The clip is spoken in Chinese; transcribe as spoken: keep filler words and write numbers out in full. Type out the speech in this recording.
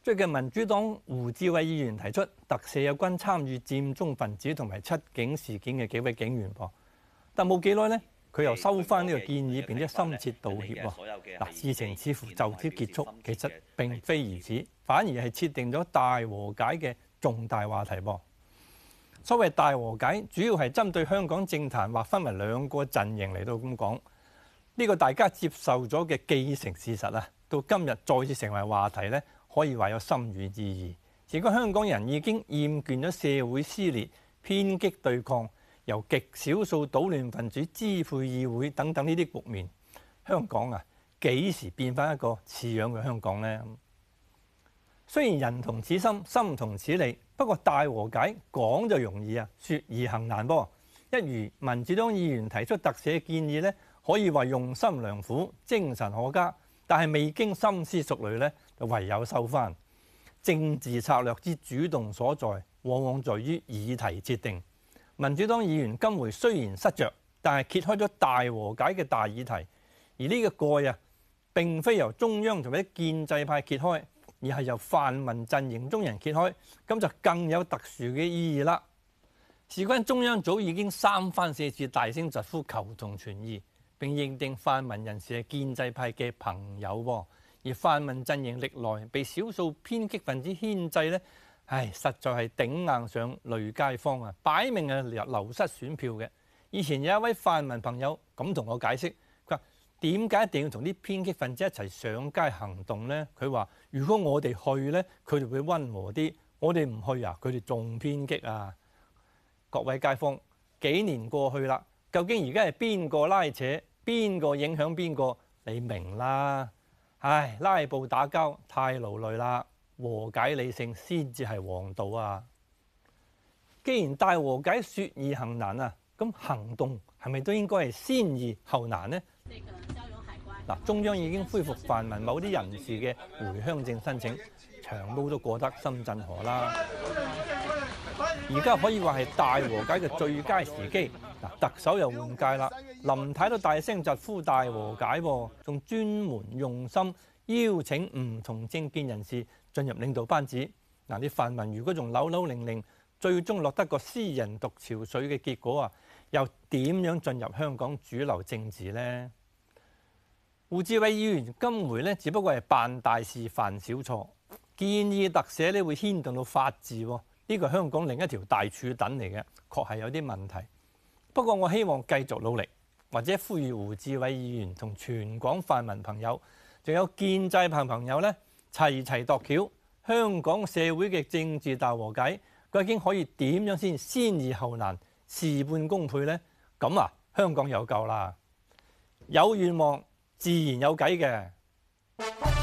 最近民主黨胡志偉議員提出特赦有關參與佔中分子同埋七警事件嘅幾位警員噃，但冇幾耐呢，佢又收翻呢個建議並且深切道歉喎。嗱，事情似乎就此結束，其實並非如此，反而係設定咗大和解嘅重大話題噃。所謂大和解，主要係針對香港政壇劃分為兩個陣營嚟到咁講。呢個大家接受咗嘅既成事實啊，到今日再次成為話題呢，可以話有深遠意義。如果香港人已經厭倦咗社會撕裂、偏激對抗，由極少數搗亂分子支配議會等等呢啲局面，香港啊幾時變翻一個似樣嘅香港呢？雖然人同此心，心同此理，不過大和解講就容易啊，説而行難噃。一如民主黨議員提出特赦建議呢，可以話用心良苦、精神可嘉，但係未經深思熟慮呢，就唯有收翻。政治策略之主動所在，往往在於議題設定。民主黨議員今回雖然失着，但係揭開咗大和解嘅大議題，而呢個蓋啊並非由中央同埋建制派揭開，而係由泛民陣營中人揭開，咁就更有特殊嘅意義啦。事關中央早已經三番四次大聲疾呼求同存異，並認定泛民人士係建制派嘅朋友喎。而泛民陣營歷來被少數偏激分子牽制呢，唉，實在係頂硬上累街坊啊！擺明係流失選票嘅。以前有一位泛民朋友咁同我解釋，佢話點解一定要同啲偏激分子一齊上街行動呢？佢話如果我哋去呢，佢哋會溫和啲；我哋唔去啊，佢哋仲偏激啊！各位街坊，幾年過去啦，究竟而家係邊個拉扯，邊個影響邊個？你明啦。唉，拉布打交太勞累啦，和解理性先至係王道啊！既然大和解説易行難啊，咁行動係咪都應該係先易後難呢？嗱，中央已經恢復泛民某啲人士嘅回鄉證申請，長毛都過得深圳河啦。而家可以話係大和解嘅最佳時機。嗱，特首又換屆啦，林太都大聲疾呼大和解喎，仲專門用心邀請唔同政見人士進入領導班子。嗱，啲泛民如果仲扭扭擰擰，最終落得個私人獨潮水嘅結果啊，又點樣進入香港主流政治呢？胡志偉議員今回呢，只不過係辦大事犯小錯，建議特赦呢會牽動到法治喎。呢個係香港另一條大柱躉嚟嘅，確係有啲問題。不過我希望繼續努力，或者呼籲胡志偉議員同全港泛民朋友，仲有建制派朋友呢，齊齊度橋，香港社會嘅政治大和解，究竟可以點樣先先易後難，事半功倍呢？咁啊，香港有救啦！有願望，自然有計嘅。